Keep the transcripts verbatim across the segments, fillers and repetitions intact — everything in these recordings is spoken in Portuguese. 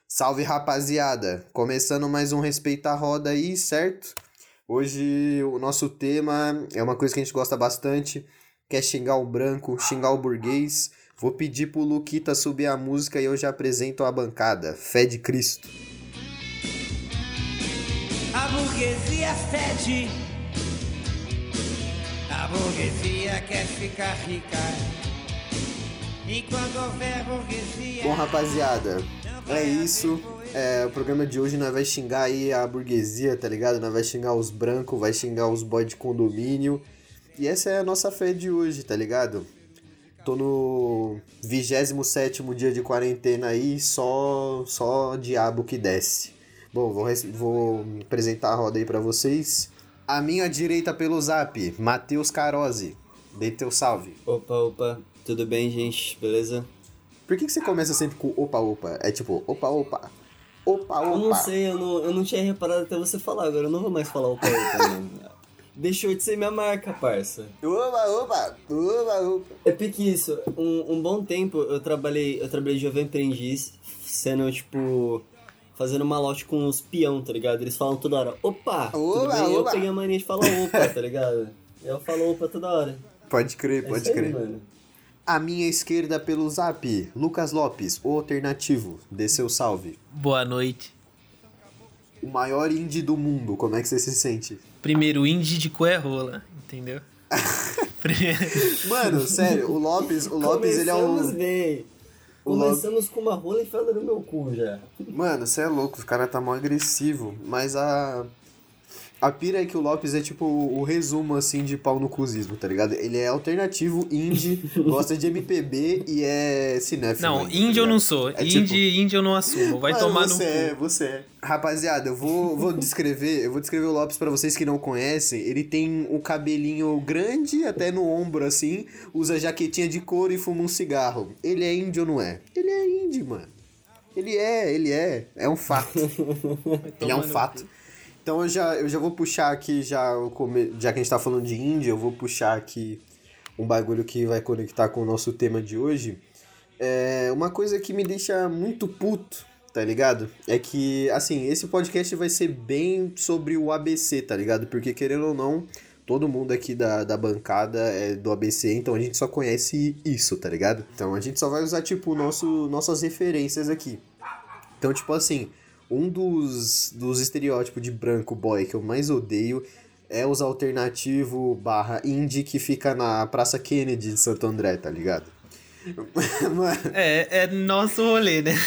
Salve, rapaziada! Começando mais um Respeita a Roda aí, certo? Hoje o nosso tema é uma coisa que a gente gosta bastante, que é xingar o branco, xingar o burguês. Vou pedir pro Luquita subir a música e eu já apresento a bancada. Fé de Cristo. A burguesia fede, a burguesia quer ficar rica. Enquanto houver burguesia... Bom, rapaziada, é isso. É, o programa de hoje nós vai xingar aí a burguesia, tá ligado? Nós vai xingar os brancos, vai xingar os boy de condomínio. E essa é a nossa fé de hoje, tá ligado? Tô no vigésimo sétimo dia de quarentena aí, só, só diabo que desce. Bom, vou, vou apresentar a roda aí pra vocês. A minha direita pelo zap, Matheus Carozzi. Dê teu salve. Opa, opa. Tudo bem, gente? Beleza? Por que, que você começa sempre com opa, opa? É tipo, opa, opa. Opa, opa. Eu não sei, eu não, eu não tinha reparado até você falar. Agora eu não vou mais falar opa, opa, mano. Deixou de ser minha marca, parça. Opa, opa. Opa, opa. É porque isso, um, um bom tempo eu trabalhei, eu trabalhei de jovem aprendiz, sendo, tipo... fazendo malote com os peão, tá ligado? Eles falam toda hora, opa, Opa, tudo bem? opa. Eu peguei a mania de falar opa, tá ligado? Eu falo opa toda hora. Pode crer, É pode isso aí, crer. mano. A minha esquerda pelo zap, Lucas Lopes, o alternativo. Dê seu salve. Boa noite. O maior indie do mundo, como é que você se sente? Primeiro, indie de cu é rola, entendeu? Primeiro... Mano, sério, o Lopes, o Lopes ele é Começamos o... bem. o Começamos com uma rola enfiada no meu cu já. Mano, você é louco, o cara tá mó agressivo, mas a... A pira é que o Lopes é tipo o resumo, assim, de pau no cuzismo, tá ligado? Ele é alternativo, indie, gosta de M P B e é cinéfilo. Não, ainda, tá indie eu ligado? não sou. É Indie, tipo- indie eu não assumo. Vai Mano, tomar no você cu. é, você é. Rapaziada, eu vou, vou descrever, eu vou descrever o Lopes pra vocês que não conhecem. Ele tem o cabelinho grande até no ombro, assim, usa jaquetinha de couro e fuma um cigarro. Ele é indie ou não é? Ele é indie, mano. Ele é, ele é. É um fato. Ele é um tomar no fato. cu. Então eu já, eu já vou puxar aqui, já, o come... já que a gente tá falando de indie, eu vou puxar aqui um bagulho que vai conectar com o nosso tema de hoje. É uma coisa que me deixa muito puto, tá ligado? É que, assim, esse podcast vai ser bem sobre o A B C, tá ligado? Porque, querendo ou não, todo mundo aqui da, da bancada é do A B C, então a gente só conhece isso, tá ligado? Então a gente só vai usar, tipo, nosso, nossas referências aqui. Então, tipo assim, um dos, dos estereótipos de branco boy que eu mais odeio é os alternativo barra indie que fica na Praça Kennedy de Santo André, tá ligado? Mano, É, é nosso rolê, né?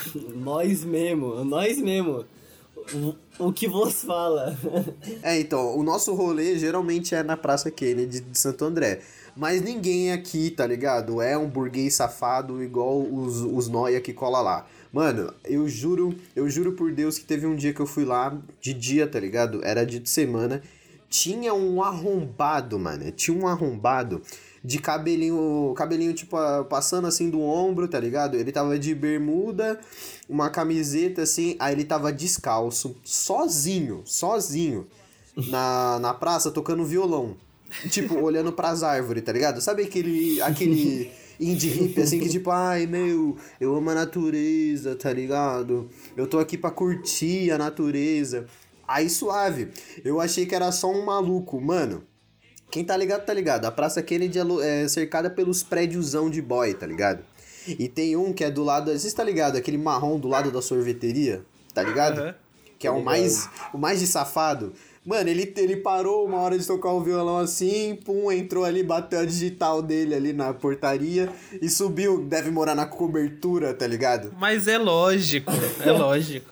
Nós mesmo, nós mesmo. O, o que vos fala? é, então, o nosso rolê geralmente é na Praça Kennedy de Santo André. Mas ninguém aqui, tá ligado? É um burguês safado igual os, os nóia que cola lá. Mano, eu juro, eu juro por Deus que teve um dia que eu fui lá, de dia, tá ligado? Era dia de semana. Tinha um arrombado, mano. Tinha um arrombado de cabelinho, cabelinho tipo, passando assim do ombro, tá ligado? Ele tava de bermuda, uma camiseta assim, aí ele tava descalço, sozinho, sozinho, na, na praça tocando violão. Tipo, olhando pras árvores, tá ligado? Sabe aquele, aquele indie hippie, assim, que tipo, ai, meu, eu amo a natureza, tá ligado? Eu tô aqui pra curtir a natureza. Aí, suave. Eu achei que era só um maluco. Mano, quem tá ligado, tá ligado. A Praça Kennedy é cercada pelos prédiozão de boy, tá ligado? E tem um que é do lado... Vocês tá ligado? Aquele marrom do lado da sorveteria, tá ligado? Uhum. Que é o mais, o mais de safado. Mano, ele, ele parou uma hora de tocar o violão assim, pum, entrou ali, bateu a digital dele ali na portaria e subiu, deve morar na cobertura, tá ligado? Mas é lógico, é lógico.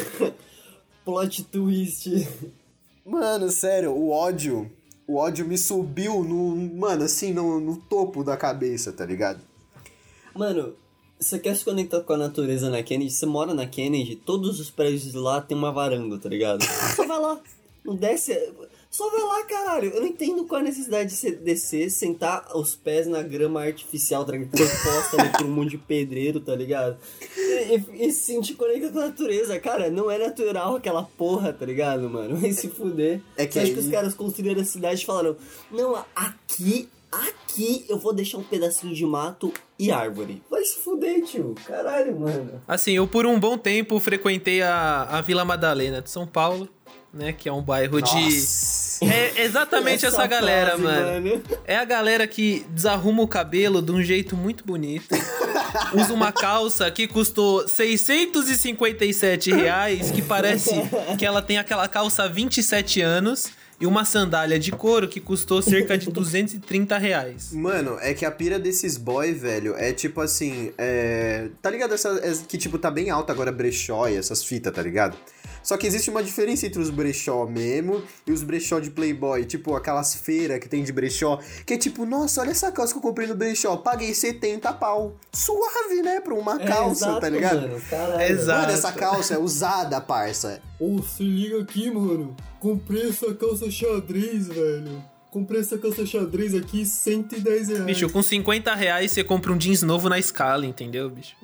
Plot twist. Mano, sério, o ódio, o ódio me subiu no, mano, assim, no, no topo da cabeça, tá ligado? Mano, você quer se conectar com a natureza na Kennedy? Você mora na Kennedy, todos os prédios lá tem uma varanda, tá ligado? Só vai lá. Não desce... Só vai lá, caralho. Eu não entendo qual a necessidade de você descer, sentar os pés na grama artificial, tá ligado? Proposta ali por um monte de pedreiro, tá ligado? E, e, e se sentir conectado com a natureza. Cara, não é natural aquela porra, tá ligado, mano? Vai se fuder. É que Você acha aí- que os caras construíram a cidade e falaram, não, aqui... aqui eu vou deixar um pedacinho de mato e árvore. Vai se fuder, tio. Caralho, mano. Assim, eu por um bom tempo frequentei a, a Vila Madalena de São Paulo, né? Que é um bairro Nossa. de... É exatamente essa, Essa galera, frase, mano. mano. É a galera que desarruma o cabelo de um jeito muito bonito. Usa uma calça que custou seiscentos e cinquenta e sete reais, que parece que ela tem aquela calça há vinte e sete anos, e uma sandália de couro que custou cerca de duzentos e trinta reais. Mano, é que a pira desses boy, velho, é tipo assim, é... Tá ligado? Essa, é, que, tipo, tá bem alta agora brechó e essas fitas, tá ligado? Só que existe uma diferença entre os brechó mesmo e os brechó de Playboy. Tipo, aquelas feiras que tem de brechó, que é tipo, nossa, olha essa calça que eu comprei no brechó, paguei setenta pau. Suave, né? Pra uma É, calça, exato, tá ligado? Mano, caralho. Exato. Mano, essa calça é usada, parça. Ô, se liga aqui, mano. Comprei essa calça xadrez, velho. Comprei essa calça xadrez aqui, cento e dez reais. Bicho, com cinquenta reais você compra um jeans novo na Scala, entendeu, bicho?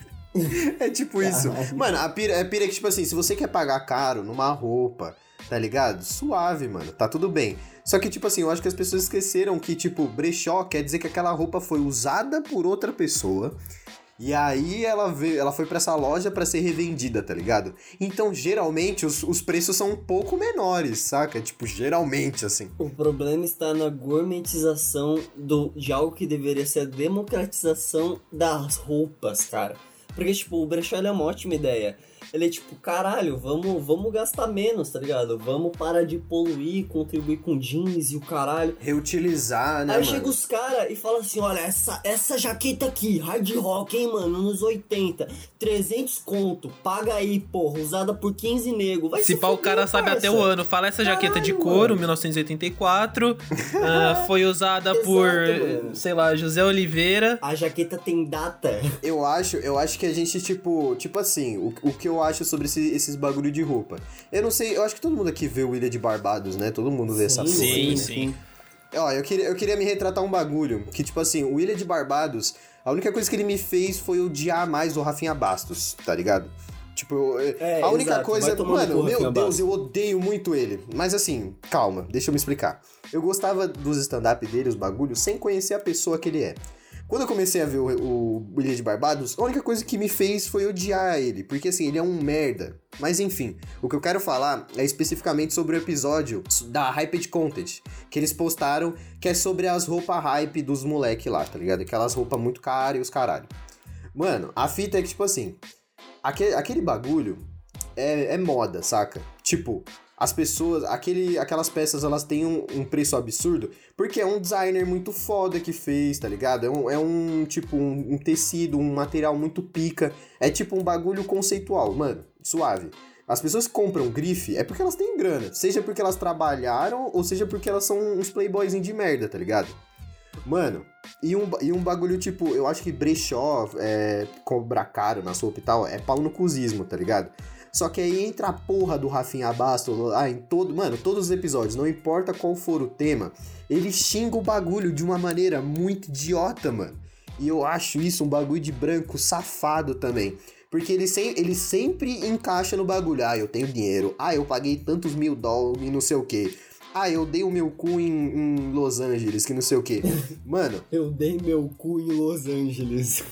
É tipo isso. Mano, a pira, a pira é que, tipo assim, se você quer pagar caro numa roupa, tá ligado? Suave, mano, tá tudo bem. Só que, tipo assim, eu acho que as pessoas esqueceram que, tipo, brechó quer dizer que aquela roupa foi usada por outra pessoa. E aí ela veio, ela foi pra essa loja pra ser revendida, tá ligado? Então, geralmente, os, os preços são um pouco menores, saca? Tipo, geralmente, assim. O problema está na gourmetização do, de algo que deveria ser a democratização das roupas, cara. Porque, tipo, o brechó é uma ótima ideia. Ele é tipo, caralho, vamos, vamos gastar menos, tá ligado? Vamos parar de poluir, contribuir com jeans e o caralho. Reutilizar, né, Aí mano? chega os caras e fala assim, olha, essa, essa jaqueta aqui, hard rock, hein, mano, nos oitenta, trezentos conto, paga aí, porra, usada por quinze nego. Vai Se se pá, o fuder, cara sabe parça. até o ano. Fala, essa jaqueta de Caralho, couro, mano. mil novecentos e oitenta e quatro, ah, foi usada Exato, por, mano. sei lá, José Oliveira. A jaqueta tem data. Eu acho, eu acho que a gente, tipo, tipo assim, o, o que eu acho sobre esse, esses bagulho de roupa. Eu não sei, eu acho que todo mundo aqui vê o Ilha de Barbados, né? Todo mundo vê essa porra. Sim, né? sim. Ó, eu queria, eu queria me retratar um bagulho, que tipo assim, o Ilha de Barbados, a única coisa que ele me fez foi odiar mais o Rafinha Bastos, tá ligado? Tipo, eu- É, a única exato, coisa, vai tomar no mano, cu, meu Rafinha Deus, Bastos. eu odeio muito ele. Mas assim, calma, deixa eu me explicar. Eu gostava dos stand-up dele, os bagulhos, sem conhecer a pessoa que ele é. Quando eu comecei a ver o, o Ilha de Barbados, a única coisa que me fez foi odiar ele, porque assim, ele é um merda. Mas enfim, o que eu quero falar é especificamente sobre o episódio da Hyped Content, que eles postaram, que é sobre as roupas hype dos moleque lá, tá ligado? Aquelas roupas muito caras e os caralho. Mano, a fita é que, tipo assim, aquele, aquele bagulho é, é moda, saca? Tipo, as pessoas, aquele, aquelas peças, elas têm um, um preço absurdo, porque é um designer muito foda que fez, tá ligado? É um, é um tipo, um, um tecido, um material muito pica, é tipo um bagulho conceitual, mano, suave. As pessoas que compram grife é porque elas têm grana, seja porque elas trabalharam, ou seja porque elas são uns playboyzinhos de merda, tá ligado? Mano, e um, e um bagulho tipo, eu acho que brechó, é, cobrar caro na sopa e tal, é pau no cuzismo, tá ligado? Só que aí entra a porra do Rafinha Bastos lá em todo... Mano, todos os episódios, não importa qual for o tema, ele xinga o bagulho de uma maneira muito idiota, mano. E eu acho isso um bagulho de branco safado também. Porque ele, sem, ele sempre encaixa no bagulho. Ah, eu tenho dinheiro. Ah, eu paguei tantos mil dólares e não sei o quê. Ah, eu dei o meu cu em, em Los Angeles, que não sei o quê. Mano... Eu dei meu cu em Los Angeles.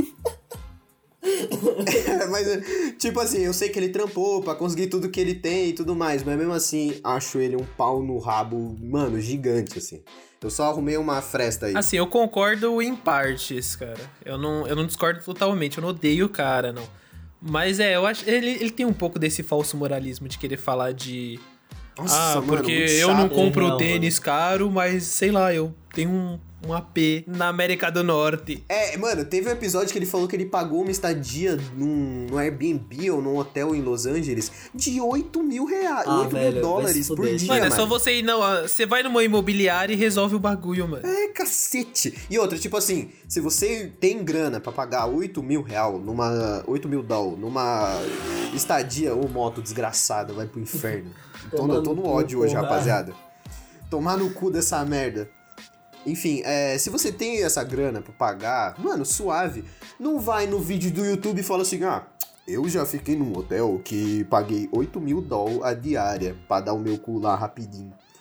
Mas, tipo assim, eu sei que ele trampou pra conseguir tudo que ele tem e tudo mais, mas mesmo assim, acho ele um pau no rabo, mano, gigante, assim. Eu só arrumei uma fresta aí. Assim, eu concordo em partes, cara. Eu não, eu não discordo totalmente, eu não odeio o cara, não. Mas é, eu acho. Ele, ele tem um pouco desse falso moralismo de querer falar de. Nossa, ah, mano, porque muito eu não chato. compro É real, tênis caro, mas sei lá, eu tenho um, um A P na América do Norte. É, mano, teve um episódio que ele falou que ele pagou uma estadia num, num Airbnb ou num hotel em Los Angeles de oito mil reais, Ah, oito velho, mil dólares vai se por fuder. dia, Mano, mano. é só você ir, não, ó, você vai numa imobiliária e resolve o bagulho, mano. É, cacete. E outra, tipo assim, se você tem grana pra pagar oito mil real numa... oito mil dólares numa estadia ou moto desgraçada, vai pro inferno. Tô, no, tô no ódio hoje, porra. rapaziada. Tomar no cu dessa merda. Enfim, é, se você tem essa grana pra pagar, mano, suave. Não vai no vídeo do YouTube e fala assim, ah, eu já fiquei num hotel que paguei oito mil dólares a diária pra dar o meu cu lá rapidinho.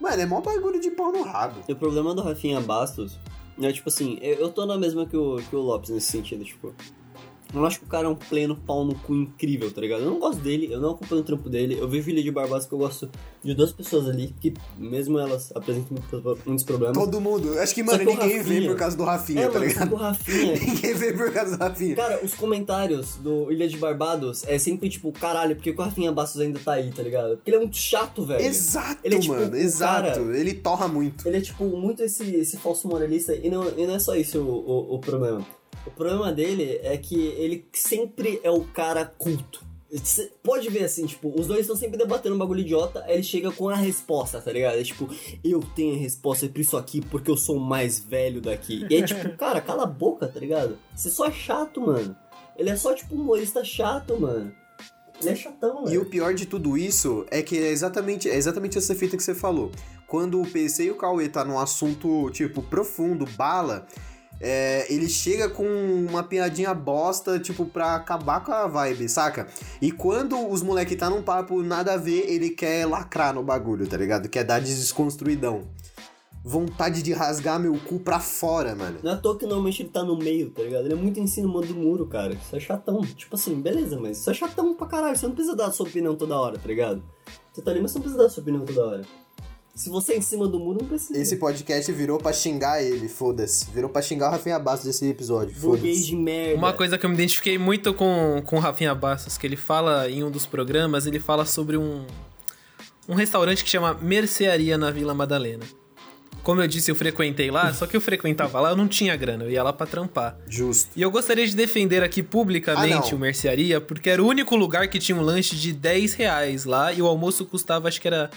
Mano, é mó bagulho de pau no rabo. E o problema do Rafinha Bastos é, tipo assim, eu, eu tô na mesma que o, que o Lopes nesse sentido, tipo... Eu acho que o cara é um pleno pau no cu incrível, tá ligado? Eu não gosto dele, eu não acompanho o trampo dele. Eu vejo Ilha de Barbados que eu gosto de duas pessoas ali, que mesmo elas apresentam muitos, muitos problemas. Todo mundo. Acho que, mano, que o ninguém Rafinha- vê por causa do Rafinha, É, tá mano, ligado? o Rafinha... Ninguém vê por causa do Rafinha. Cara, os comentários do Ilha de Barbados é sempre tipo, caralho, porque o Rafinha Bastos ainda tá aí, tá ligado? Porque ele é muito chato, velho. Exato, Ele é, tipo, mano, o exato. cara- Ele torra muito. Ele é, tipo, muito esse, esse falso moralista, e não, e não é só isso o, o, o problema. O problema dele é que ele sempre é o cara culto. Você pode ver assim, tipo, os dois estão sempre debatendo um bagulho idiota, aí ele chega com a resposta, tá ligado? É tipo, eu tenho a resposta pra isso aqui porque eu sou o mais velho daqui. E é tipo, cara, cala a boca, tá ligado? Você só é chato, mano. Ele é só, tipo, humorista chato, mano. Ele é chatão, E velho. o pior de tudo isso é que é exatamente, é exatamente essa fita que você falou. Quando o P C e o Cauê tá num assunto, tipo, profundo, bala, é, ele chega com uma piadinha bosta, tipo, pra acabar com a vibe, saca? E quando os moleque tá num papo nada a ver, ele quer lacrar no bagulho, tá ligado? Quer dar de desconstruidão. Vontade de rasgar meu cu pra fora, mano. Não é à toa que normalmente ele tá no meio, tá ligado? Ele é muito em cima do muro, cara. Isso é chatão. Tipo assim, beleza, mas isso é chatão pra caralho. Você não precisa dar a sua opinião toda hora, tá ligado? Você tá ali, mas você não precisa dar a sua opinião toda hora. Se você é em cima do muro, não precisa. Esse podcast virou pra xingar ele, foda-se. Virou pra xingar o Rafinha Bastos desse episódio, Burguês foda-se. de merda. Uma coisa que eu me identifiquei muito com, com o Rafinha Bastos, que ele fala em um dos programas, ele fala sobre um, um restaurante que chama Mercearia na Vila Madalena. Como eu disse, eu frequentei lá, só que eu frequentava lá, eu não tinha grana, eu ia lá pra trampar. Justo. E eu gostaria de defender aqui publicamente Ah, não. o Mercearia, porque era o único lugar que tinha um lanche de dez reais lá, e o almoço custava, acho que era...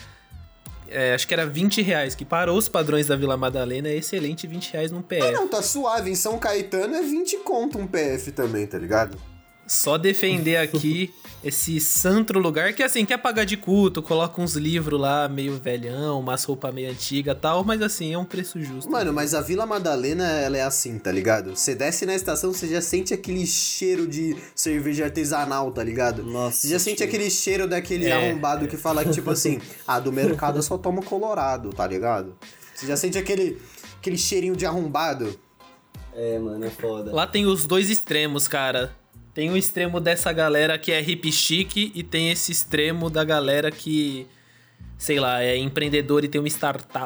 É, acho que era vinte reais, que para os padrões da Vila Madalena é excelente, vinte reais num P F. Ah, não, tá suave. Em São Caetano é vinte conto um P F também, tá ligado? Só defender aqui esse santo lugar que, assim, quer pagar de culto, coloca uns livros lá meio velhão, umas roupas meio antigas e tal, mas assim, é um preço justo. Mano, mas a Vila Madalena, ela é assim, tá ligado? Você desce na estação, você já sente aquele cheiro de cerveja artesanal, tá ligado? Nossa, Você já sente cheiro. aquele cheiro daquele É. arrombado que fala que, tipo assim, ah, do mercado eu só tomo colorado, tá ligado? Você já sente aquele, aquele cheirinho de arrombado. É, mano, é foda. Lá tem os dois extremos, cara. Tem o extremo dessa galera que é hip chique e tem esse extremo da galera que, sei lá, é empreendedor e tem uma startup.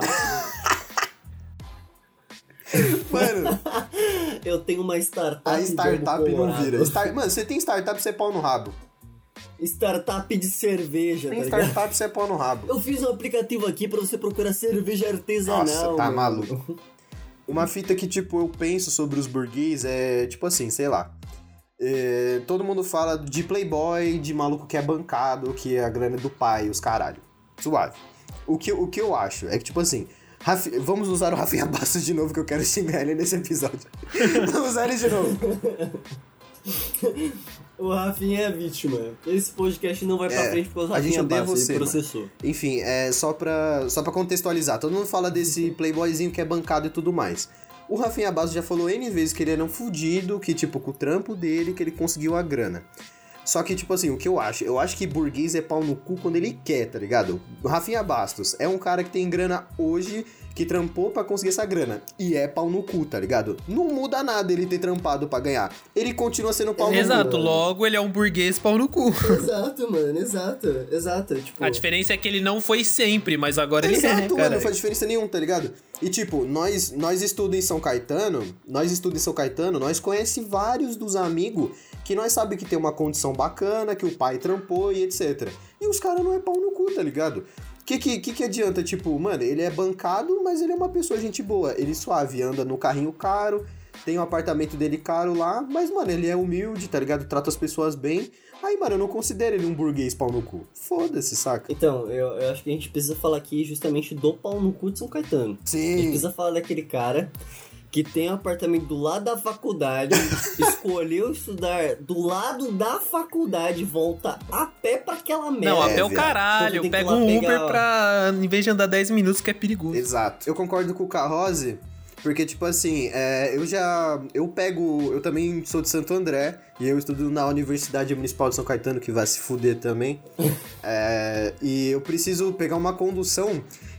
Mano, Eu tenho uma startup. a de startup Verbo não Colorado. vira. Star- Mano, você tem startup, você é pau no rabo. Startup de cerveja, Tem tá ligado? startup, você é pau no rabo. Eu fiz um aplicativo aqui pra você procurar cerveja artesanal. Nossa, tá mano. maluco. Uma fita que, tipo, eu penso sobre os burguês é, tipo assim, sei lá. É, todo mundo fala de playboy, de maluco que é bancado, que é a grana do pai, os caralho. Suave. O que, o que eu acho é que, tipo assim, Rafi- vamos usar o Rafinha Bastos de novo, que eu quero xingar ele nesse episódio. Vamos usar ele de novo. O Rafinha é vítima. Esse podcast não vai pra É, frente porque o a gente Rafinha odeia Bastos, você, ele mano. processou. Enfim, é só pra, só pra contextualizar. Todo mundo fala desse playboyzinho que é bancado e tudo mais. O Rafinha Bastos já falou N vezes que ele era um fudido, que, tipo, com o trampo dele, que ele conseguiu a grana. Só que, tipo assim, o que eu acho? Eu acho que burguês é pau no cu quando ele quer, tá ligado? O Rafinha Bastos é um cara que tem grana hoje, que trampou pra conseguir essa grana. E é pau no cu, tá ligado? Não muda nada ele ter trampado pra ganhar. Ele continua sendo pau no cu. Exato, logo ele é um burguês pau no cu. Exato, mano, exato, exato. Tipo, A diferença é que ele não foi sempre, mas agora ele é, Exato, né, mano, cara? não faz diferença nenhuma, tá ligado? E tipo, nós, nós estudamos em São Caetano, nós estudamos em São Caetano, nós conhecemos vários dos amigos que nós sabemos que tem uma condição bacana, que o pai trampou e etcétera. E os caras não é pau no cu, tá ligado? Que, que que que adianta? Tipo, mano, ele é bancado, mas ele é uma pessoa gente boa. Ele suave, anda no carrinho caro, tem um apartamento dele caro lá, mas, mano, ele é humilde, tá ligado? Trata as pessoas bem. Aí, mano, eu não considero ele um burguês pau no cu. Foda-se, saca? Então, eu, eu acho que a gente precisa falar aqui justamente do pau no cu de São Caetano. A gente Sim. precisa falar daquele cara que tem um apartamento do lado da faculdade, escolheu estudar do lado da faculdade, volta a pé pra aquela merda. Não, a pé é o viado. caralho. Então tem que Pega ir lá um pegar- Uber pra, em vez de andar dez minutos, que é perigoso. Exato. Eu concordo com o Carrose, porque, tipo assim, é, eu já... Eu pego... Eu também sou de Santo André, e eu estudo na Universidade Municipal de São Caetano, que vai se fuder também. É, e eu preciso pegar uma condução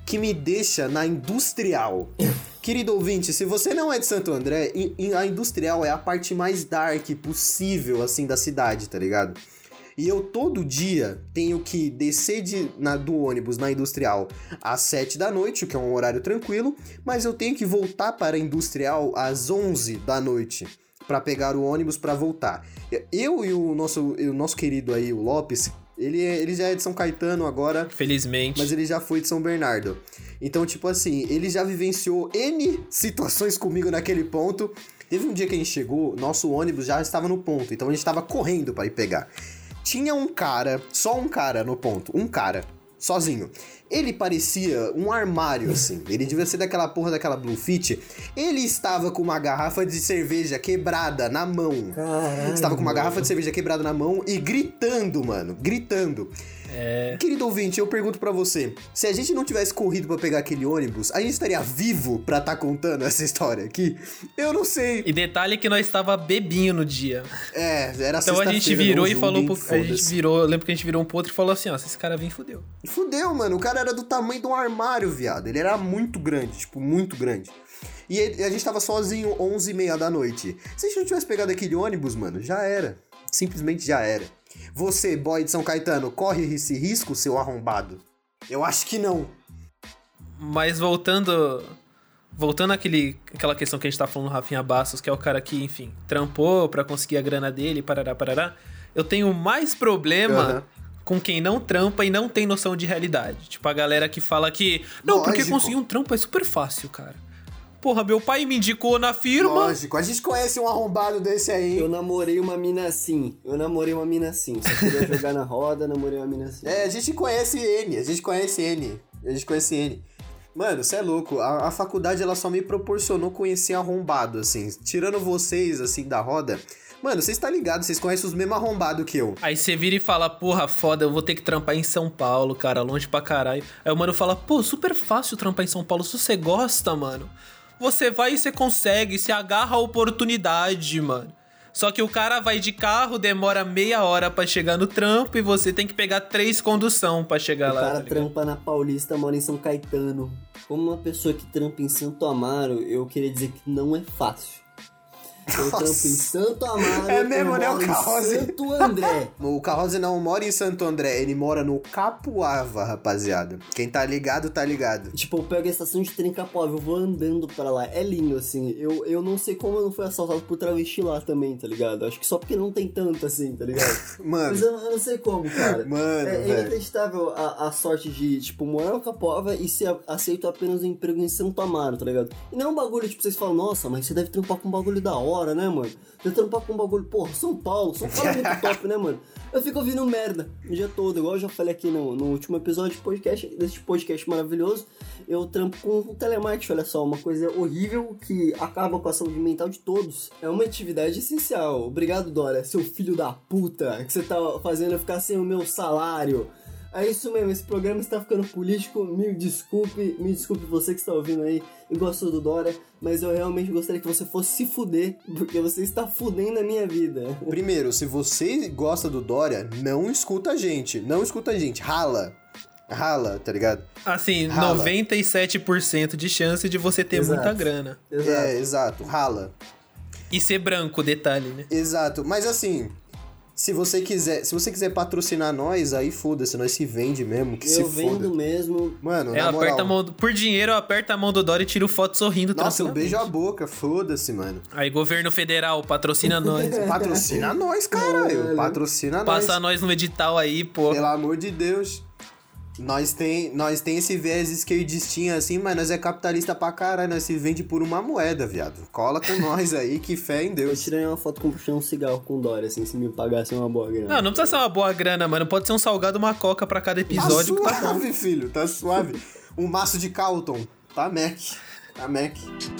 que me deixa na Industrial. Querido ouvinte, se você não é de Santo André, a Industrial é a parte mais dark possível, assim, da cidade, tá ligado? E eu todo dia tenho que descer de, na, do ônibus na Industrial às sete da noite, o que é um horário tranquilo, mas eu tenho que voltar para a Industrial às onze da noite para pegar o ônibus para voltar. Eu e o nosso, o nosso querido aí, o Lopes, ele, ele já é de São Caetano agora. Felizmente. Mas ele já foi de São Bernardo. Então, tipo assim, ele já vivenciou N situações comigo naquele ponto. Teve um dia que a gente chegou, nosso ônibus já estava no ponto, então a gente estava correndo para ir pegar. Tinha um cara, só um cara no ponto, um cara, sozinho. Ele parecia um armário, assim. Ele devia ser daquela porra daquela Blue Fit. Ele estava com uma garrafa de cerveja quebrada na mão. Caralho. Estava com uma garrafa de cerveja quebrada na mão e gritando, mano. Gritando. É... Querido ouvinte, eu pergunto pra você. Se a gente não tivesse corrido pra pegar aquele ônibus, a gente estaria vivo pra tá contando essa história aqui? Eu não sei. E detalhe que nós estava bebinho no dia. É, era Então a gente virou e falou pro... A gente foda-se. virou... Eu lembro que a gente virou um pro outro e falou assim, ó, se esse cara vir, fudeu. Fudeu, mano. O cara era do tamanho de um armário, viado. Ele era muito grande, tipo, muito grande. E ele- a gente tava sozinho onze e meia da noite. Se a gente não tivesse pegado aquele ônibus, mano, já era. Simplesmente já era. Você, boy de São Caetano, corre esse risco, seu arrombado? Eu acho que não. Mas voltando... Voltando àquele, àquela questão que a gente tá falando do Rafinha Bastos, que é o cara que, enfim, trampou pra conseguir a grana dele, parará, parará. Eu tenho mais problema... Aham. com quem não trampa e não tem noção de realidade. Tipo, a galera que fala que... Não, porque Lógico. conseguir um trampo é super fácil, cara. Porra, meu pai me indicou na firma... Lógico, a gente conhece um arrombado desse aí. Eu namorei uma mina assim. Eu namorei uma mina assim. Só queria jogar na roda, namorei uma mina assim. É, a gente conhece N, a gente conhece N. A gente conhece N. Mano, cê é louco. A, a faculdade, ela só me proporcionou conhecer arrombado, assim. Tirando vocês, assim, da roda... Mano, vocês tá ligado, vocês conhecem os mesmos arrombados que eu. Aí você vira e fala, porra, foda, eu vou ter que trampar em São Paulo, cara, longe pra caralho. Aí o mano fala, pô, super fácil trampar em São Paulo, se você gosta, mano. Você vai e você consegue, se agarra a oportunidade, mano. Só que o cara vai de carro, demora meia hora pra chegar no trampo e você tem que pegar três condução pra chegar O lá. cara tá ligado? trampa na Paulista, mora em São Caetano. Como uma pessoa que trampa em Santo Amaro, eu queria dizer que não é fácil. Eu Nossa. trampo em Santo Amaro, É mesmo, eu né, o moro em Carrozzi? Santo André. O Carrozzi não mora em Santo André, ele mora no Capuava, rapaziada. Quem tá ligado, tá ligado. Tipo, eu pego a estação de trem Capoava, eu vou andando pra lá. É lindo, assim. Eu, eu não sei como eu não fui assaltado por travesti lá também, tá ligado? Acho que só porque não tem tanto assim, tá ligado? Mas Mano, eu, eu não sei como, cara. Mano, é, velho. é inacreditável a, a sorte de, tipo, morar no Capoava e ser aceito apenas um emprego em Santo Amaro, tá ligado? E não é um bagulho, tipo, vocês falam, nossa, mas você deve trampar com um bagulho da hora, né, mano? Eu trampar com um bagulho, porra, São Paulo, São Paulo é muito top, né, mano? Eu fico ouvindo merda o dia todo, igual eu já falei aqui no, no último episódio de podcast, desse podcast maravilhoso. Eu trampo com o telemarketing, olha só, uma coisa horrível que acaba com a saúde mental de todos. É uma atividade essencial. Obrigado, Dória, seu filho da puta, que você tá fazendo eu ficar sem o meu salário. É isso mesmo, esse programa está ficando político, me desculpe, me desculpe você que está ouvindo aí e gostou do Dória, mas eu realmente gostaria que você fosse se fuder, porque você está fudendo a minha vida. primeiro, se você gosta do Dória, não escuta a gente. Não escuta a gente, rala. Rala, tá ligado? Assim, Rala. noventa e sete por cento de chance de você ter Exato. muita grana. Exato. É, exato, rala. E ser branco, detalhe, né? Exato, mas assim, se você quiser, se você quiser patrocinar nós, aí foda-se, nós se vende mesmo, que se Eu vendo foda. mesmo. Mano, É, na moral, aperta a mão, do- por dinheiro, aperta a mão do Dória e tira o foto sorrindo nossa, um tranquilamente. beijo a boca, foda-se, mano. Aí, governo federal, patrocina nós. Patrocina nós, caralho, Caralho. patrocina nós. Passa nós no edital aí, pô. Pelo amor de Deus. Nós tem, nós tem esse viés esquerdistinho assim, mas nós é capitalista pra caralho, nós se vende por uma moeda, viado. Cola com nós aí, que fé em Eu Deus. tirei uma foto com puxando um cigarro com o Dória, assim, se me pagasse uma boa grana. Não, não precisa ser uma boa grana, mano. Pode ser um salgado, uma coca pra cada episódio que tá tá bom. suave, filho, tá suave. Um maço de Carlton, tá Mac, tá Mac.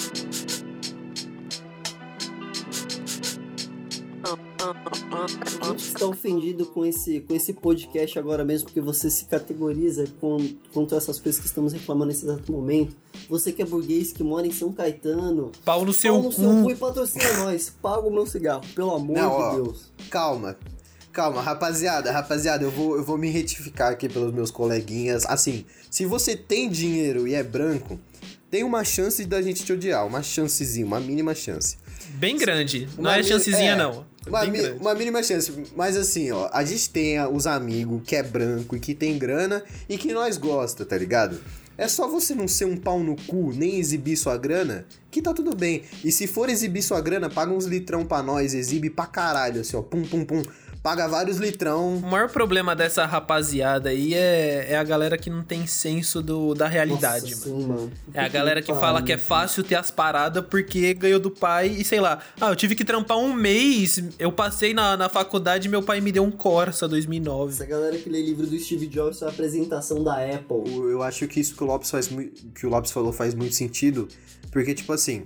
A gente está ofendido com esse, com esse podcast agora mesmo, porque você se categoriza com, com todas essas coisas que estamos reclamando nesse exato momento. Você que é burguês, que mora em São Caetano, Pau no seu pau no seu cu cu. e patrocina nós. Paga o meu cigarro, pelo amor Não, de ó, Deus. calma. calma, rapaziada, rapaziada, eu vou, eu vou me retificar aqui pelos meus coleguinhas. Assim, se você tem dinheiro e é branco, tem uma chance da gente te odiar, uma chancezinha, uma mínima chance. Bem grande, não Uma é mi- chancezinha é, não. Uma, Bem mi- grande. uma mínima chance, mas assim, ó, a gente tem a- os amigos que é branco e que tem grana e que nós gosta, tá ligado? É só você não ser um pau no cu, nem exibir sua grana, que tá tudo bem. E se for exibir sua grana, paga uns litrão pra nós, exibe pra caralho, assim, ó, pum, pum, pum. Paga vários litrão. O maior problema dessa rapaziada aí é, é a galera que não tem senso do, da realidade, Nossa, mano. sim, mano. É a galera que fala que é fácil ter as paradas porque ganhou do pai e sei lá. Ah, eu tive que trampar um mês, eu passei na, na faculdade e meu pai me deu um Corsa dois mil e nove. Essa galera que lê livro do Steve Jobs é a apresentação da Apple. Eu acho que isso que o Lopes, faz, mui- que o Lopes falou faz muito sentido, porque, tipo assim,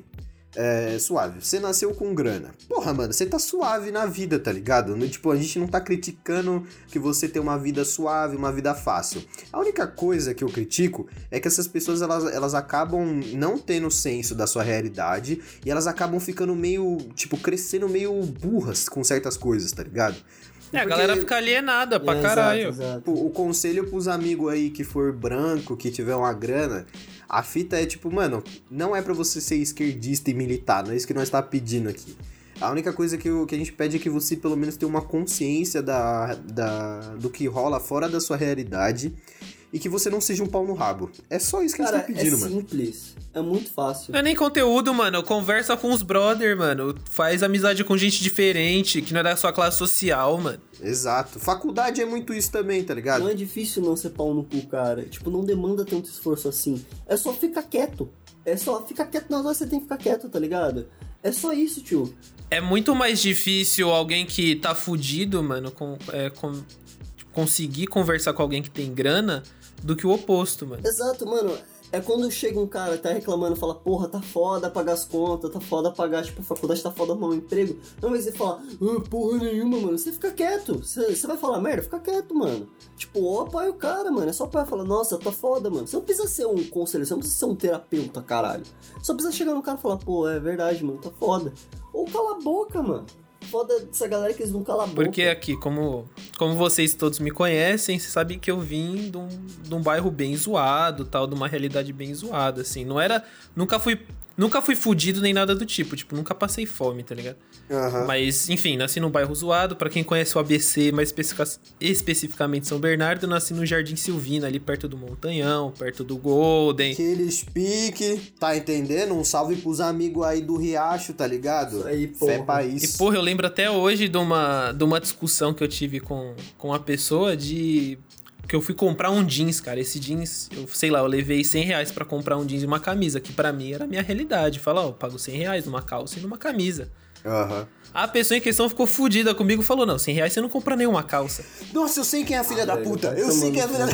é suave. Você nasceu com grana. Porra, mano, você tá suave na vida, tá ligado? No- Tipo, a gente não tá criticando que você tem uma vida suave, uma vida fácil. A única coisa que eu critico é que essas pessoas, elas, elas acabam não tendo senso da sua realidade e elas acabam ficando meio, tipo, crescendo meio burras com certas coisas, tá ligado? É, a Porque- galera fica alienada pra É, caralho. Exato, exato. Tipo, o conselho pros amigos aí que for branco, que tiver uma grana, a fita é tipo, mano, não é pra você ser esquerdista e militar, não é isso que nós tá pedindo aqui. A única coisa que, eu- que a gente pede é que você pelo menos tenha uma consciência da, da, do que rola fora da sua realidade e que você não seja um pau no rabo. É só isso que a Cara, gente tá pedindo, é mano. simples. É muito fácil. Não é nem conteúdo, mano. Conversa com os brother, mano. Faz amizade com gente diferente, que não é da sua classe social, mano. Exato. Faculdade é muito isso também, tá ligado? Não é difícil não ser pau no cu, cara. Tipo, não demanda tanto esforço assim. É só ficar quieto. É só ficar quieto na hora que você tem que ficar quieto, tá ligado? É só isso, tio. É muito mais difícil alguém que tá fudido, mano, com, é, com- tipo, conseguir conversar com alguém que tem grana do que o oposto, mano. Exato, mano. É quando chega um cara, tá reclamando, fala, porra, tá foda pagar as contas, tá foda pagar, tipo, a faculdade, tá foda arrumar um emprego. Não, mas você fala, ah, porra nenhuma, mano. Você fica quieto. Você você vai falar merda? Fica quieto, mano. Tipo, ó, apoia o cara, mano. É só apoiar e falar, nossa, tá foda, mano. Você não precisa ser um conselheiro, você não precisa ser um terapeuta, caralho. Só precisa chegar no cara e falar, pô, é verdade, mano, tá foda. Ou cala a boca, mano. Foda dessa galera que eles não calam a boca. Porque aqui, como, como vocês todos me conhecem, vocês sabem que eu vim de um, de um bairro bem zoado, tal, de uma realidade bem zoada, assim. Não era... Nunca fui... Nunca fui fudido nem nada do tipo, tipo, nunca passei fome, tá ligado? Aham. Mas, enfim, nasci num bairro zoado. Pra quem conhece o A B C, mais especifica- especificamente São Bernardo, eu nasci no Jardim Silvina, ali perto do Montanhão, perto do Golden. Aqueles pique, tá entendendo? Um salve pros amigos aí do Riacho, tá ligado? Isso aí, Fé porra. país. E, porra, eu lembro até hoje de uma, de uma discussão que eu tive com, com uma pessoa de... Que eu fui comprar um jeans, cara. Esse jeans, eu sei lá, eu levei cem reais pra comprar um jeans e uma camisa, que pra mim era a minha realidade. Fala, ó, eu pago cem reais numa calça e numa camisa. Aham. A pessoa em questão ficou fudida comigo e falou, não, cem reais você não compra nenhuma calça. Nossa, eu sei quem é a filha Ah, da velho, puta. tá Eu sei quem é a filha tomando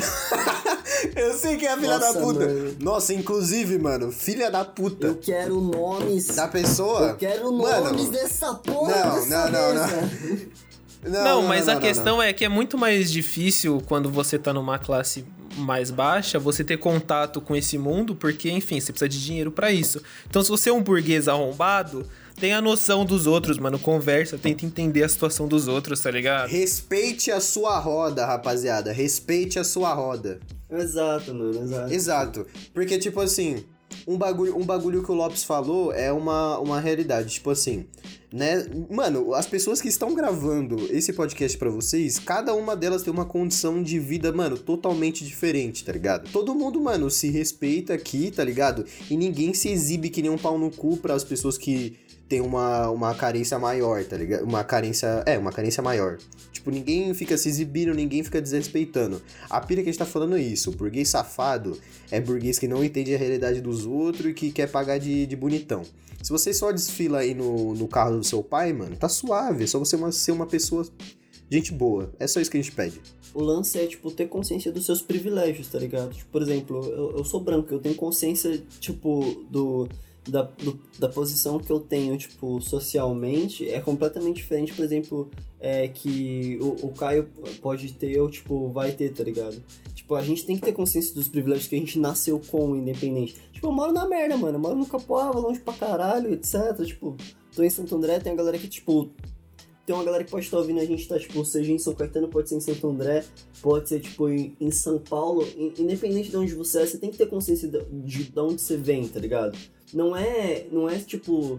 da... Eu sei quem é a filha Nossa, da puta. mano. Nossa, inclusive, mano, filha da puta. Eu quero nomes. Da pessoa. Eu quero Mano, nomes dessa porra. não, dessa não, não, mesa. Não, Não, mas não, a não, questão não. é que é muito mais difícil quando você tá numa classe mais baixa, você ter contato com esse mundo, porque, enfim, você precisa de dinheiro pra isso. Então, se você é um burguês arrombado, tem a noção dos outros, mano, conversa, tenta entender a situação dos outros, tá ligado? Respeite a sua roda, rapaziada. Respeite a sua roda. Exato, mano, exato. Exato. Porque, tipo assim, um bagulho, um bagulho que o Lopes falou é uma, uma realidade. Tipo assim, né? Mano, as pessoas que estão gravando esse podcast pra vocês, cada uma delas tem uma condição de vida, mano, totalmente diferente, tá ligado? Todo mundo, mano, se respeita aqui, tá ligado? E ninguém se exibe que nem um pau no cu pras pessoas que tem uma, uma carência maior, tá ligado? Uma carência... É, uma carência maior. Tipo, ninguém fica se exibindo, ninguém fica desrespeitando. A pira que a gente tá falando é isso. O burguês safado é burguês que não entende a realidade dos outros e que quer pagar de, de bonitão. Se você só desfila aí no, no carro do seu pai, mano, tá suave. É só você uma, ser uma pessoa... gente boa. É só isso que a gente pede. O lance é, tipo, ter consciência dos seus privilégios, tá ligado? Tipo, por exemplo, eu, eu sou branco, eu tenho consciência, tipo, do... Da, do, da posição que eu tenho, tipo, socialmente, é completamente diferente, por exemplo, é, que o, o Caio pode ter ou, tipo, vai ter, tá ligado? Tipo, a gente tem que ter consciência dos privilégios que a gente nasceu com, independente. Tipo, eu moro na merda, mano, eu moro no Capoava, longe pra caralho, etcétera. Tipo, tô em Santo André, tem a galera que, tipo, tem uma galera que pode estar ouvindo a gente, tá, tipo, seja em São Caetano, pode ser em Santo André, pode ser, tipo, em, em São Paulo, independente de onde você é, você tem que ter consciência de, de, de onde você vem, tá ligado? Não é, não é tipo,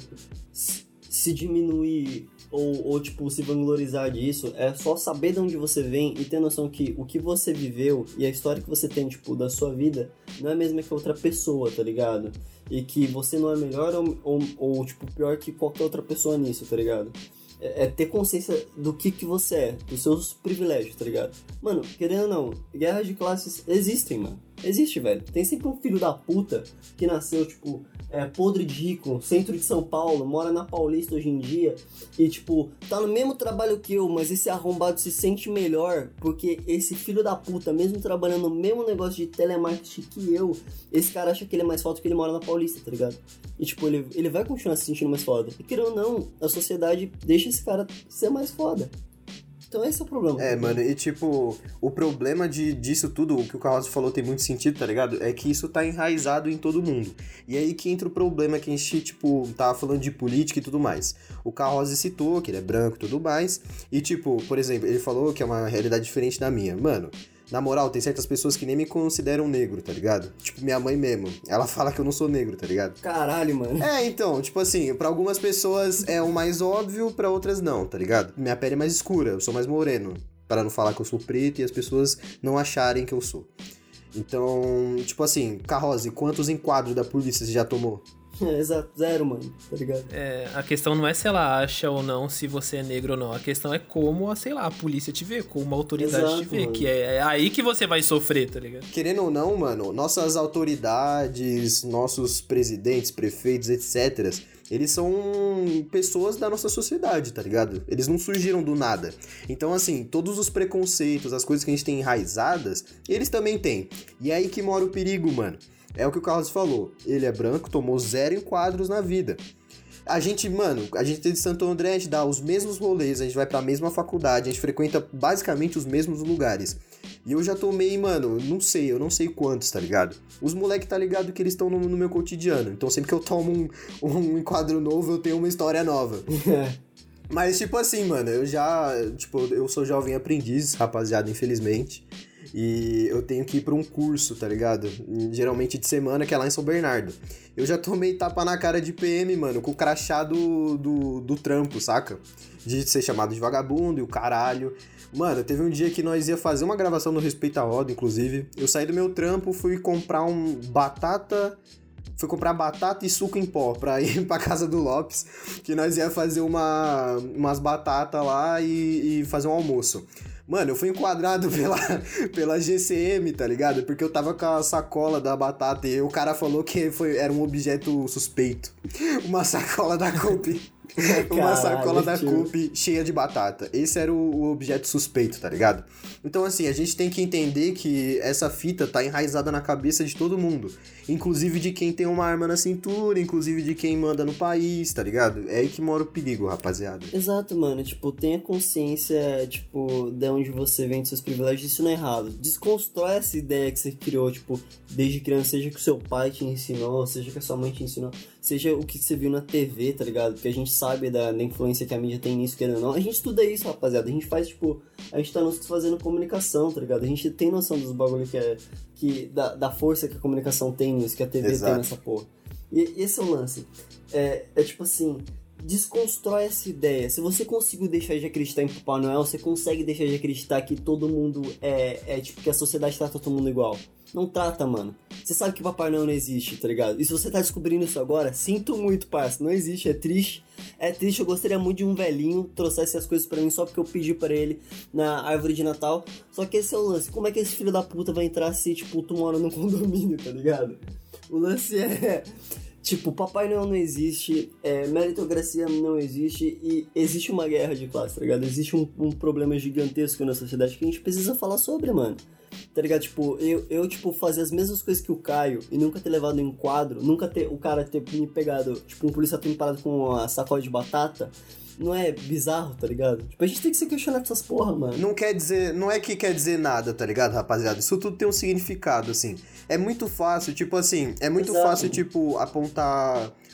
se diminuir ou, ou, tipo, se vanglorizar disso, é só saber de onde você vem e ter noção que o que você viveu e a história que você tem, tipo, da sua vida não é a mesma que a outra pessoa, tá ligado? E que você não é melhor ou, ou, ou tipo, pior que qualquer outra pessoa nisso, tá ligado? É, é ter consciência do que que você é, dos seus privilégios, tá ligado? Mano, querendo ou não, guerras de classes existem, mano. Existe, velho. Tem sempre um filho da puta que nasceu, tipo, é, podre de rico, centro de São Paulo, mora na Paulista hoje em dia e, tipo, tá no mesmo trabalho que eu, mas esse arrombado se sente melhor porque esse filho da puta, mesmo trabalhando no mesmo negócio de telemarketing que eu, esse cara acha que ele é mais foda porque ele mora na Paulista, tá ligado? E, tipo, ele, ele vai continuar se sentindo mais foda. E, querendo ou não, a sociedade deixa esse cara ser mais foda. Então esse é o problema. É, mano, e tipo, o problema de, disso tudo, o que o Carlos falou tem muito sentido, tá ligado? É que isso tá enraizado em todo mundo. E aí que entra o problema que a gente, tipo, tava falando de política e tudo mais. O Carlos citou que ele é branco e tudo mais, e tipo, por exemplo, ele falou que é uma realidade diferente da minha. Mano, na moral, tem certas pessoas que nem me consideram negro, tá ligado? Tipo, minha mãe mesmo. Ela fala que eu não sou negro, tá ligado? Caralho, mano. É, então, tipo assim, pra algumas pessoas é o mais óbvio, pra outras não, tá ligado? Minha pele é mais escura, eu sou mais moreno. Para não falar que eu sou preto e as pessoas não acharem que eu sou. Então, tipo assim, Carrose, quantos enquadros da polícia você já tomou? É, exato, zero, mano, tá ligado? É, a questão não é se ela acha ou não se você é negro ou não. A questão é como, sei lá, a polícia te vê, como a autoridade Exato, te vê. mano. Que é, é aí que você vai sofrer, tá ligado? Querendo ou não, mano, nossas autoridades, nossos presidentes, prefeitos, etcétera, eles são pessoas da nossa sociedade, tá ligado? Eles não surgiram do nada. Então, assim, todos os preconceitos, as coisas que a gente tem enraizadas, eles também têm. E é aí que mora o perigo, mano. É o que o Carlos falou. Ele é branco, tomou zero enquadros na vida. A gente, mano, a gente tem de Santo André, a gente dá os mesmos rolês, a gente vai pra mesma faculdade, a gente frequenta basicamente os mesmos lugares. E eu já tomei, mano, não sei, eu não sei quantos, tá ligado? Os moleque tá ligado que eles estão no, no meu cotidiano. Então sempre que eu tomo um, um enquadro novo, eu tenho uma história nova. Mas, tipo assim, mano, eu já, tipo, eu sou jovem aprendiz, rapaziada, infelizmente. E eu tenho que ir pra um curso, tá ligado? Geralmente de semana, que é lá em São Bernardo. Eu já tomei tapa na cara de P M, mano, com o crachá do, do, do trampo, saca? De ser chamado de vagabundo e o caralho. Mano, teve um dia que nós ia fazer uma gravação no Respeita a Roda, inclusive. Eu saí do meu trampo, fui comprar um batata... Fui comprar batata e suco em pó pra ir pra casa do Lopes, que nós ia fazer uma, umas batatas lá e, e fazer um almoço. Mano, eu fui enquadrado pela, pela G C M, tá ligado? Porque eu tava com a sacola da batata e o cara falou que foi, era um objeto suspeito. Uma sacola da Coop. Uma Caralho, sacola da tio. Coop cheia de batata. Esse era o, o objeto suspeito, tá ligado? Então, assim, a gente tem que entender que essa fita tá enraizada na cabeça de todo mundo. Inclusive de quem tem uma arma na cintura, inclusive de quem manda no país, tá ligado? É aí que mora o perigo, rapaziada. Exato, mano. Tipo, tenha consciência, tipo, de onde você vem, dos seus privilégios. Isso não é errado. Desconstrói essa ideia que você criou, tipo, desde criança. Seja que o seu pai te ensinou, seja que a sua mãe te ensinou. Seja o que você viu na T V, tá ligado? Porque a gente sabe da, da influência que a mídia tem nisso, querendo ou não. A gente estuda isso, rapaziada. A gente faz, tipo... A gente tá nos fazendo comunicação, tá ligado? A gente tem noção dos bagulho que é... Que, da, da força que a comunicação tem nisso, que a T V Exato. tem nessa porra. E, e esse é o lance. É, é tipo assim... Desconstrói essa ideia. Se você conseguiu deixar de acreditar em Papai Noel, você consegue deixar de acreditar que todo mundo é, é tipo, que a sociedade trata todo mundo igual. Não trata, mano. Você sabe que Papai Noel não existe, tá ligado? E se você tá descobrindo isso agora, sinto muito, parça. Não existe, é triste. É triste, eu gostaria muito de um velhinho trouxesse as coisas pra mim só porque eu pedi pra ele na árvore de Natal. Só que esse é o lance. Como é que esse filho da puta vai entrar se, tipo, tu mora num condomínio, tá ligado? O lance é... Tipo, Papai Noel não existe, é, meritocracia não existe e existe uma guerra de classe, tá ligado? Existe um, um problema gigantesco na sociedade que a gente precisa falar sobre, mano. Tá ligado? Tipo, eu, eu tipo, fazer as mesmas coisas que o Caio e nunca ter levado em quadro, nunca ter o cara ter me pegado, tipo, um policial ter me parado com uma sacola de batata, não é bizarro, tá ligado? Tipo, a gente tem que se questionar dessas porra, mano. Não quer dizer, não é que quer dizer nada, tá ligado, rapaziada? Isso tudo tem um significado, assim. É muito fácil, tipo assim, é muito Exato. fácil, tipo, apontar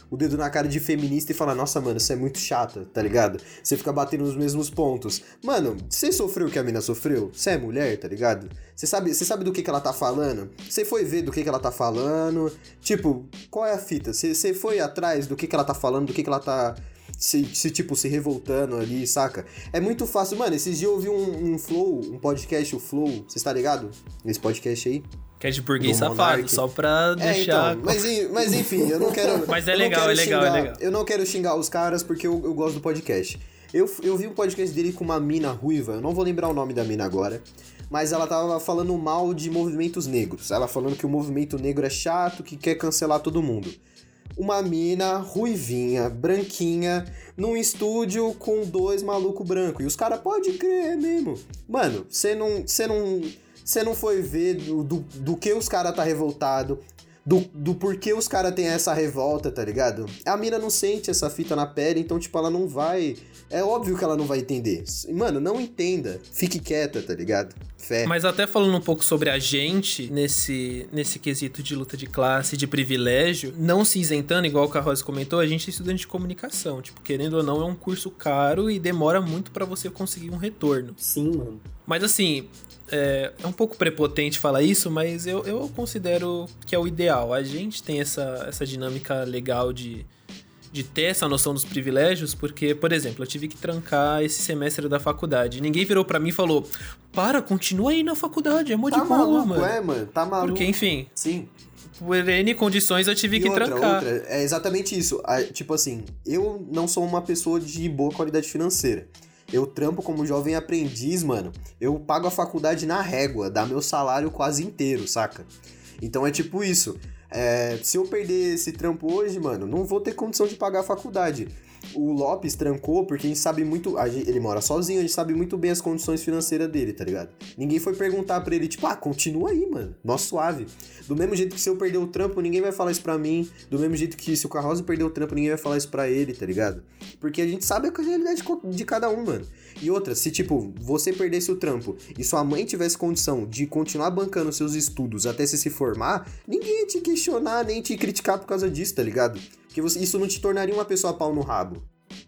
o dedo na cara de feminista e falar, nossa, mano, você é muito chata, tá ligado? Você fica batendo nos mesmos pontos. Mano, você sofreu o que a mina sofreu? Você é mulher, tá ligado? Você sabe, você sabe do que, que ela tá falando? Você foi ver do que, que ela tá falando? Tipo, qual é a fita? Você, você foi atrás do que, que ela tá falando, do que, que ela tá... Se, se, tipo, se revoltando ali, saca? É muito fácil. Mano, esses dias eu ouvi um, um Flow, um podcast, o Flow, você está ligado? Nesse podcast aí? Que é de burguês Do safado, Monark. só pra É, deixar... então, mas, en- mas enfim, eu não quero... Mas é eu não legal, quero é legal, é xingar- legal. Eu não quero xingar os caras porque eu, eu gosto do podcast. Eu, eu vi um podcast dele com uma mina ruiva, eu não vou lembrar o nome da mina agora, mas ela tava falando mal de movimentos negros. Ela falando que o movimento negro é chato, que quer cancelar todo mundo. Uma mina ruivinha, branquinha, num estúdio com dois malucos brancos. E os caras, pode crer, é mesmo. Mano, você não, você não, você não foi ver do, do, do que os caras tá revoltado, do, do porquê os caras têm essa revolta, tá ligado? A mina não sente essa fita na pele, então, tipo, ela não vai... É óbvio que ela não vai entender. Mano, não entenda. Fique quieta, tá ligado? Fé. Mas até falando um pouco sobre a gente, nesse, nesse quesito de luta de classe, de privilégio, não se isentando, igual o Carroz comentou, a gente é estudante de comunicação. Tipo, querendo ou não, é um curso caro e demora muito pra você conseguir um retorno. Sim, mano. Mas assim, é, é um pouco prepotente falar isso, mas eu, eu considero que é o ideal. A gente tem essa, essa dinâmica legal de... de ter essa noção dos privilégios, porque, por exemplo, eu tive que trancar esse semestre da faculdade. Ninguém virou pra mim e falou, para, continua aí na faculdade, é mó de Tá boa, maluco, mano. é, mano. Tá maluco. Porque, enfim, Sim. por N condições eu tive E que outra, trancar. outra, é exatamente isso. Ah, tipo assim, eu não sou uma pessoa de boa qualidade financeira. Eu trampo como jovem aprendiz, mano. Eu pago a faculdade na régua, dá meu salário quase inteiro, saca? Então é tipo isso. É, se eu perder esse trampo hoje, mano, não vou ter condição de pagar a faculdade. O Lopes trancou porque a gente sabe muito... a gente- ele mora sozinho, a gente sabe muito bem as condições financeiras dele, tá ligado? Ninguém foi perguntar pra ele, tipo, ah, continua aí, mano. Nó suave. Do mesmo jeito que se eu perder o trampo, ninguém vai falar isso pra mim. Do mesmo jeito que se o Carroza perder o trampo, ninguém vai falar isso pra ele, tá ligado? Porque a gente sabe a realidade co- de cada um, mano. E outra, se, tipo, você perdesse o trampo e sua mãe tivesse condição de continuar bancando seus estudos até você se formar, ninguém ia te questionar nem te criticar por causa disso, tá ligado? Porque você- isso não te tornaria uma pessoa pau no rabo.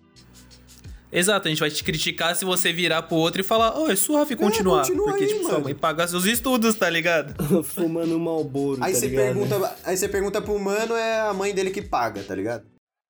Exato, a gente vai te criticar se você virar pro outro e falar, oh, é suave continuar. continua porque, aí, tipo, sua mano. mãe paga seus estudos, tá ligado? Fumando um Marlboro, Aí tá você ligado? pergunta, aí você pergunta pro mano, é a mãe dele que paga, tá ligado?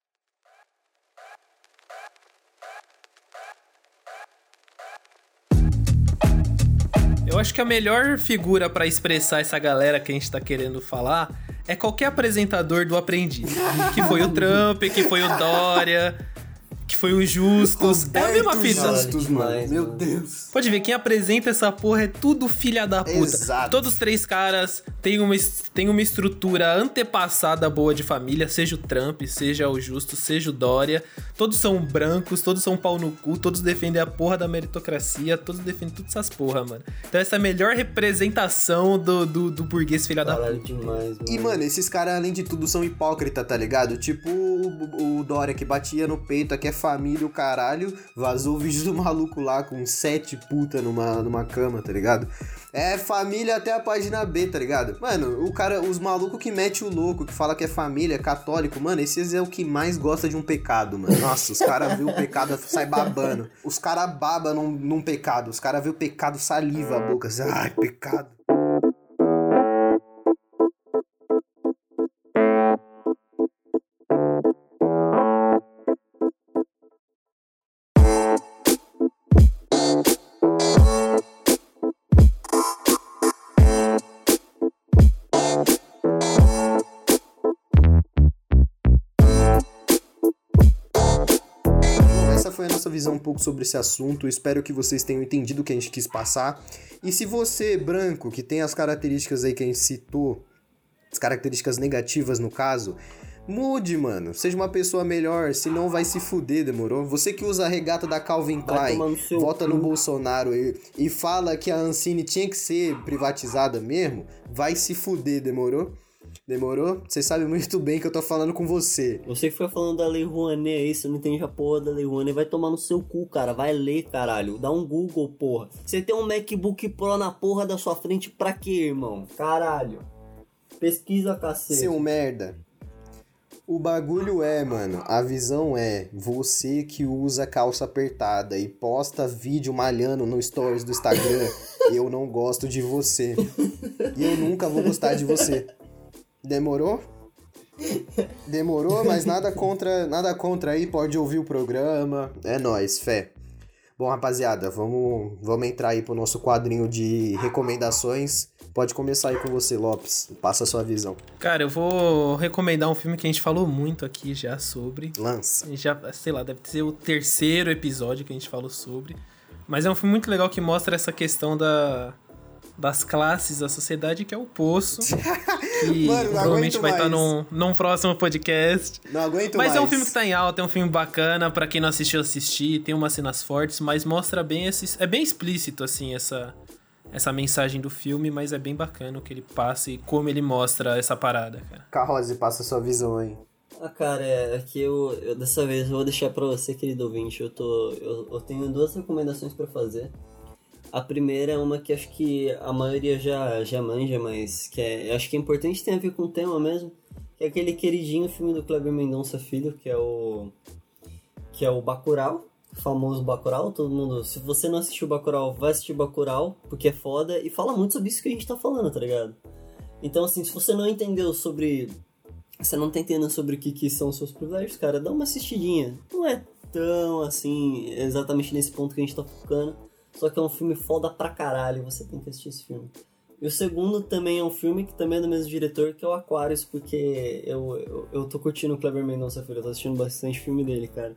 Eu acho que a melhor figura pra expressar essa galera que a gente tá querendo falar é qualquer apresentador do Aprendiz. Que foi o Trump, que foi o Dória, que foi o Justus. É a mesma Roberto fita. Justus, Demais, mano. Meu mano. Deus. Pode ver, quem apresenta essa porra é tudo filha da puta. Exato. Todos os três caras têm uma, es- têm uma estrutura antepassada boa de família, seja o Trump, seja o Justo, seja o Dória. Todos são brancos, todos são pau no cu, todos defendem a porra da meritocracia, todos defendem todas essas porra, mano. Então essa é a melhor representação do, do, do burguês filha da Caralho, puta. demais, mano. E, mano, esses caras, além de tudo, são hipócritas, tá ligado? Tipo o, o Dória que batia no peito, aqui é família, o caralho, vazou o vídeo do maluco lá com sete puta numa, numa cama, tá ligado? É família até a página B, tá ligado? Mano, o cara, os malucos que mete o louco, que fala que é família, é católico, mano, esses é o que mais gosta de um pecado, mano. Nossa, os caras vê o pecado, sai babando. Os caras babam num, num pecado, os caras vê o pecado, saliva a boca, assim, ai, pecado. Essa foi a nossa visão um pouco sobre esse assunto. Espero que vocês tenham entendido o que a gente quis passar. E se você, branco, que tem as características aí que a gente citou, as características negativas no caso, mude, mano. Seja uma pessoa melhor, senão vai se fuder, demorou? Você que usa a regata da Calvin Vai Klein, tomar no seu vota cu. no Bolsonaro e, e fala que a Ancine tinha que ser privatizada mesmo, vai se fuder, demorou? Demorou? Você sabe muito bem que eu tô falando com você. Você que foi falando da Lei Rouanet aí, você não entende a porra da Lei Rouanet, vai tomar no seu cu, cara. Vai ler, caralho. Dá um Google, porra. Você tem um MacBook Pro na porra da sua frente pra quê, irmão? Caralho. Pesquisa, cacete. Seu merda. O bagulho é, mano, a visão é você que usa calça apertada e posta vídeo malhando no stories do Instagram, eu não gosto de você. E eu nunca vou gostar de você. Demorou? Demorou, mas nada contra, nada contra aí, pode ouvir o programa. É nóis, fé. Bom, rapaziada, vamos, vamos entrar aí pro nosso quadrinho de recomendações. Pode começar aí com você, Lopes. Passa a sua visão. Cara, eu vou recomendar um filme que a gente falou muito aqui já sobre. Lança. A gente já, sei lá, deve ser o terceiro episódio que a gente falou sobre. Mas é um filme muito legal que mostra essa questão da, das classes da sociedade, que é o Poço. Que Mano, provavelmente vai estar mais. num, num próximo podcast. Não aguento Mas mais. é um filme que tá em alta, é um filme bacana, pra quem não assistiu, assistir. Tem umas cenas fortes, mas mostra bem esse... É bem explícito, assim, essa... essa mensagem do filme, mas é bem bacana o que ele passa e como ele mostra essa parada, cara. Carrose, passa a sua visão aí. Ah, cara, é que eu, eu dessa vez eu vou deixar pra você, querido ouvinte. Eu, tô, eu, eu tenho duas recomendações pra fazer. A primeira é uma que acho que a maioria já, já manja, mas que é, acho que é importante, tem a ver com o tema mesmo. Que é aquele queridinho filme do Kleber Mendonça Filho, que é o, que é o Bacurau. Famoso Bacurau, todo mundo... Se você não assistiu Bacurau, vai assistir Bacurau, porque é foda, e fala muito sobre isso que a gente tá falando, tá ligado? Então, assim, se você não entendeu sobre... Você não tá entendendo sobre o que, que são os seus privilégios, cara, dá uma assistidinha. Não é tão, assim, exatamente nesse ponto que a gente tá focando, só que é um filme foda pra caralho, você tem que assistir esse filme. E o segundo também é um filme que também é do mesmo diretor, que é o Aquarius, porque eu, eu, eu tô curtindo o Kleber Mendonça Filho, eu tô assistindo bastante filme dele, cara.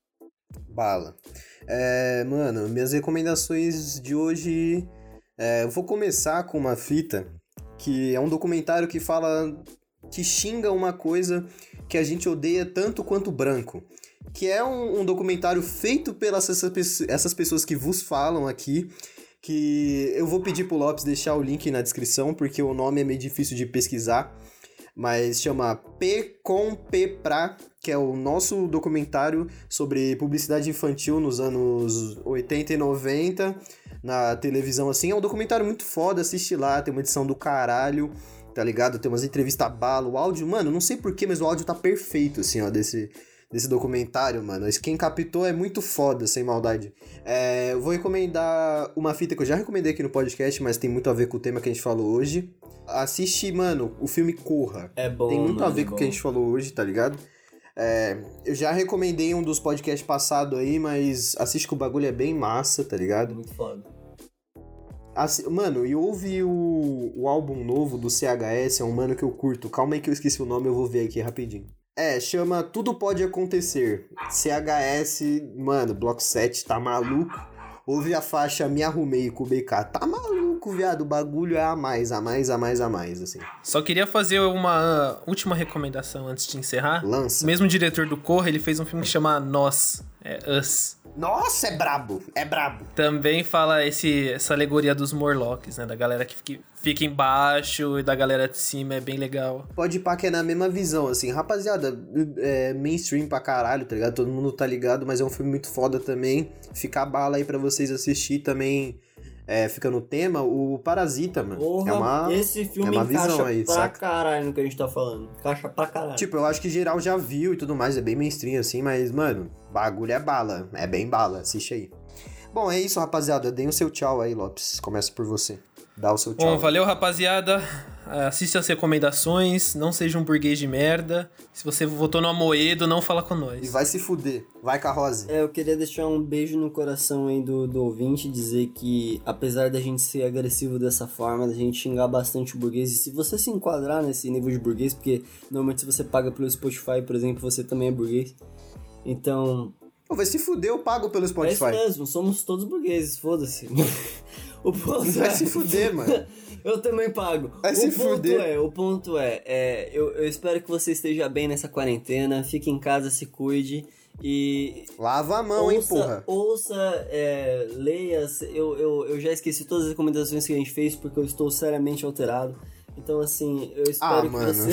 Bala. É, mano, minhas recomendações de hoje... É, eu vou começar com uma fita que é um documentário que fala... que xinga uma coisa que a gente odeia tanto quanto branco. Que é um, um documentário feito pelas essas, essas pessoas que vos falam aqui, que eu vou pedir pro Lopes deixar o link na descrição, porque o nome é meio difícil de pesquisar, mas chama P com P pra, que é o nosso documentário sobre publicidade infantil nos anos oitenta e noventa, na televisão, assim. É um documentário muito foda, assiste lá, tem uma edição do caralho, tá ligado? Tem umas entrevistas bala, o áudio, mano, não sei porquê, mas o áudio tá perfeito, assim, ó, desse, desse documentário, mano. Quem captou é muito foda, sem maldade. É, eu vou recomendar uma fita que eu já recomendei aqui no podcast, mas tem muito a ver com o tema que a gente falou hoje. Assiste, mano, o filme Corra. É bom, tem muito mano, a ver é com o bom. que a gente falou hoje, tá ligado? É, eu já recomendei um dos podcasts passados aí, mas assiste que o bagulho é bem massa, tá ligado? Muito foda. Assi- Mano, e ouve o, o álbum novo do C H S, é um mano que eu curto. Calma aí que eu esqueci o nome, eu vou ver aqui rapidinho. É, chama Tudo Pode Acontecer. C H S, mano, Bloco sete, tá maluco? Ouve a faixa Me Arrumei com o B K. Tá maluco, viado, o bagulho é a mais, a mais, a mais, a mais, assim. Só queria fazer uma uh, última recomendação antes de encerrar. Lança. O mesmo diretor do Corra, ele fez um filme que chama Nós, é Us. Nossa, é brabo, é brabo. Também fala esse, essa alegoria dos Morlocks, né? Da galera que fica, fica embaixo e da galera de cima, é bem legal. Pode ir pá que é na mesma visão, assim. Rapaziada, é mainstream pra caralho, tá ligado? Todo mundo tá ligado, mas é um filme muito foda também. Fica a bala aí pra vocês assistir também. É, fica no tema, o Parasita, mano. Porra, é uma, esse filme é uma encaixa visão aí, pra saca? caralho no que a gente tá falando. Encaixa pra caralho. Tipo, eu acho que geral já viu e tudo mais, é bem mainstream assim, mas, mano, bagulho é bala, é bem bala, assiste aí. Bom, é isso, rapaziada, deem o seu tchau aí, Lopes, começa por você, dá o seu tchau. Bom, valeu, rapaziada. Assiste as recomendações, não seja um burguês de merda. Se você votou no Amoedo, não fala com E nós. vai se fuder, vai Carrose. É, eu queria deixar um beijo no coração aí do, do ouvinte, dizer que apesar da gente ser agressivo dessa forma, da gente xingar bastante o burguês, e se você se enquadrar nesse nível de burguês, porque normalmente se você paga pelo Spotify, por exemplo, você também é burguês, então... Pô, vai se fuder, eu pago pelo É isso Spotify. mesmo, somos todos burgueses, foda-se. O ponto Vai é... se fuder, mano. Eu também pago. Vai o se ponto fuder. é, o ponto é, é eu, eu espero que você esteja bem nessa quarentena, fique em casa, se cuide e Lava a mão, hein, ouça, porra. ouça, é, leia, eu, eu, eu já esqueci todas as recomendações que a gente fez porque eu estou seriamente alterado. Então, assim, eu espero Ah, que mano. você...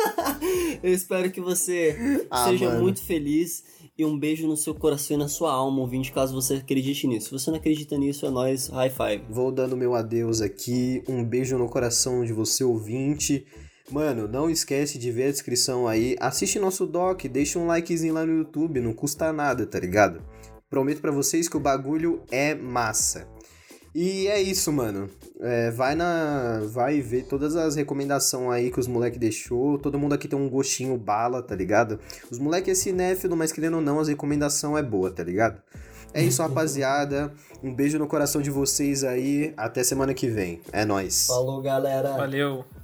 eu espero que você Ah, seja mano. muito feliz e um beijo no seu coração e na sua alma, ouvinte, caso você acredite nisso. Se você não acredita nisso, é nóis, high five. Vou dando meu adeus aqui, um beijo no coração de você, ouvinte. Mano, não esquece de ver a descrição aí. Assiste nosso doc, deixa um likezinho lá no YouTube, não custa nada, tá ligado? Prometo pra vocês que o bagulho é massa. E é isso, mano. É, vai na. Vai ver todas as recomendações aí que os moleque deixou. Todo mundo aqui tem um gostinho bala, tá ligado? Os moleque é cinéfilo, mas querendo ou não, as recomendações é boa, tá ligado? É isso, rapaziada. Um beijo no coração de vocês aí. Até semana que vem. É nóis. Falou, galera. Valeu.